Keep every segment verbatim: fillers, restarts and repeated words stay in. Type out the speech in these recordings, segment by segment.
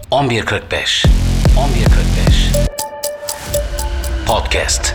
on bir kırk beş on bir kırk beş Podcast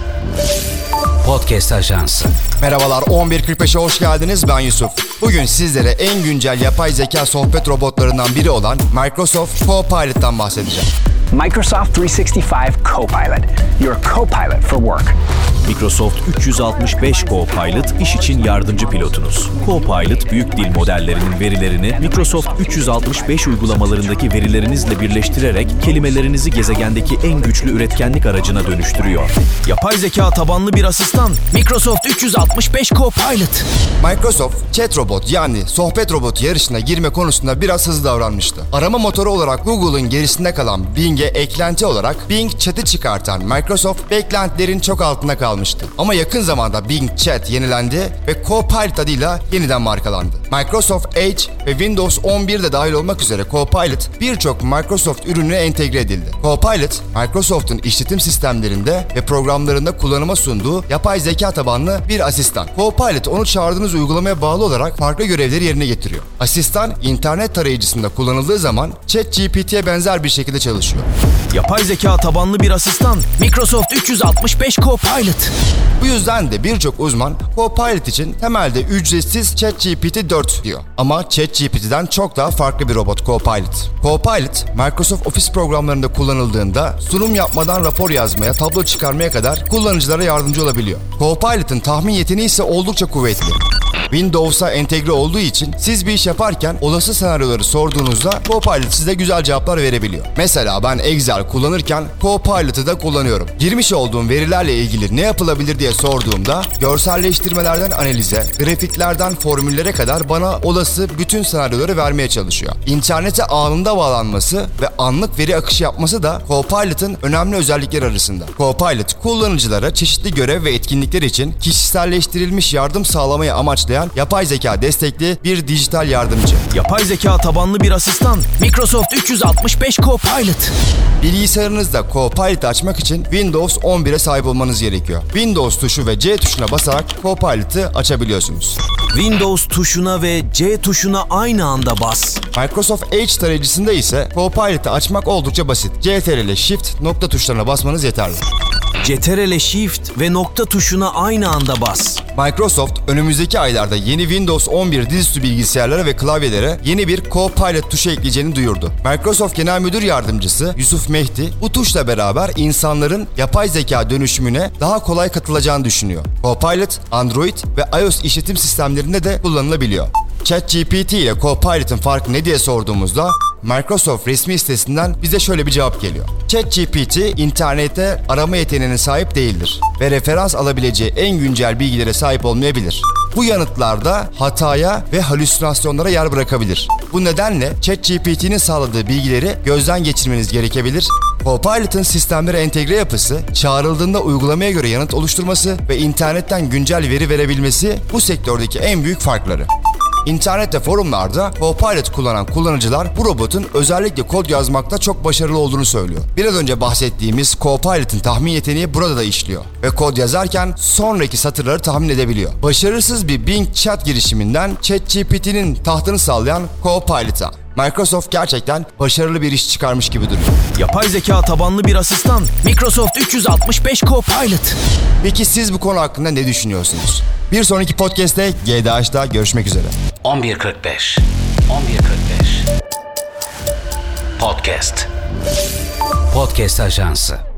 Podcast Ajansı. Merhabalar, on bir kırk beşe hoş geldiniz. Ben Yusuf. Bugün sizlere en güncel yapay zeka sohbet robotlarından biri olan Microsoft Copilot'tan bahsedeceğim. Microsoft üç yüz altmış beş Copilot, your co-pilot for work. Microsoft üç yüz altmış beş Copilot, iş için yardımcı pilotunuz. Copilot, büyük dil modellerinin verilerini Microsoft üç yüz altmış beş uygulamalarındaki verilerinizle birleştirerek kelimelerinizi gezegendeki en güçlü üretkenlik aracına dönüştürüyor. Yapay zeka tabanlı bir asistan. Microsoft üç yüz altmış beş Copilot. Microsoft, chat robot yani sohbet robotu yarışına girme konusunda biraz hızlı davranmıştı. Arama motoru olarak Google'ın gerisinde kalan Bing'e eklenti olarak Bing Chat'i çıkartan Microsoft, beklentilerin çok altında kalmıştı. Ama yakın zamanda Bing Chat yenilendi ve Copilot adıyla yeniden markalandı. Microsoft Edge ve Windows on bir de dahil olmak üzere Copilot birçok Microsoft ürününe entegre edildi. Copilot, Microsoft'un işletim sistemlerinde ve programlarında kullanıma sunduğu yapay zeka tabanlı bir asistan. Copilot, onu çağırdığınız uygulamaya bağlı olarak farklı görevleri yerine getiriyor. Asistan, internet tarayıcısında kullanıldığı zaman ChatGPT'ye benzer bir şekilde çalışıyor. Yapay zeka tabanlı bir asistan. Microsoft üç yüz altmış beş Copilot. Bu yüzden de birçok uzman Copilot için temelde ücretsiz ChatGPT dört diyor. Ama ChatGPT'den çok daha farklı bir robot Copilot. Copilot, Microsoft Office programlarında kullanıldığında sunum yapmadan rapor yazmaya, tablo çıkarmaya kadar kullanıcılara yardımcı olabiliyor. Copilot'ın tahmin yeteneği ise oldukça kuvvetli. Windows'a entegre olduğu için siz bir iş yaparken olası senaryoları sorduğunuzda Copilot size güzel cevaplar verebiliyor. Mesela ben Excel kullanırken Copilot'ı da kullanıyorum. Girmiş olduğum verilerle ilgili ne yapılabilir diye sorduğumda görselleştirmelerden analize, grafiklerden formüllere kadar bana olası bütün senaryoları vermeye çalışıyor. İnternete anında bağlanması ve anlık veri akışı yapması da Copilot'ın önemli özellikleri arasında. Copilot, kullanıcılara çeşitli görev ve etkinlikler için kişiselleştirilmiş yardım sağlamayı amaçlayan yapay zeka destekli bir dijital yardımcı. Yapay zeka tabanlı bir asistan. Microsoft üç yüz altmış beş Copilot. Bilgisayarınızda Copilot açmak için Windows on bire sahip olmanız gerekiyor. Windows tuşu ve C tuşuna basarak Copilot'ı açabiliyorsunuz. Windows tuşuna ve C tuşuna aynı anda bas. Microsoft Edge tarayıcısında ise Copilot'ı açmak oldukça basit. C T R L Shift nokta tuşlarına basmanız yeterli. C T R L Shift ve nokta tuşuna aynı anda bas. Microsoft, önümüzdeki aylarda yeni Windows on bir dizüstü bilgisayarlara ve klavyelere yeni bir Copilot tuşu ekleyeceğini duyurdu. Microsoft Genel Müdür Yardımcısı Yusuf Mehdi, bu tuşla beraber insanların yapay zeka dönüşümüne daha kolay katılacağını düşünüyor. Copilot, Android ve iOS işletim sistemlerinde de kullanılabiliyor. ChatGPT ile Copilot'ın farkı ne diye sorduğumuzda Microsoft resmi sitesinden bize şöyle bir cevap geliyor. ChatGPT internette arama yeteneğine sahip değildir ve referans alabileceği en güncel bilgilere sahip olmayabilir. Bu yanıtlarda hataya ve halüsinasyonlara yer bırakabilir. Bu nedenle ChatGPT'nin sağladığı bilgileri gözden geçirmeniz gerekebilir. Copilot'ın sistemlere entegre yapısı, çağrıldığında uygulamaya göre yanıt oluşturması ve internetten güncel veri verebilmesi bu sektördeki en büyük farkları. İnternette, forumlarda Copilot kullanan kullanıcılar bu robotun özellikle kod yazmakta çok başarılı olduğunu söylüyor. Biraz önce bahsettiğimiz Copilot'ın tahmin yeteneği burada da işliyor ve kod yazarken sonraki satırları tahmin edebiliyor. Başarısız bir Bing Chat girişiminden ChatGPT'nin tahtını sallayan Copilot'a Microsoft gerçekten başarılı bir iş çıkarmış gibi duruyor. Yapay zeka tabanlı bir asistan. Microsoft üç yüz altmış beş Copilot. Peki siz bu konu hakkında ne düşünüyorsunuz? Bir sonraki podcast'te G D H'da görüşmek üzere. on bir kırk beş on bir kırk beş Podcast Podcast Ajansı.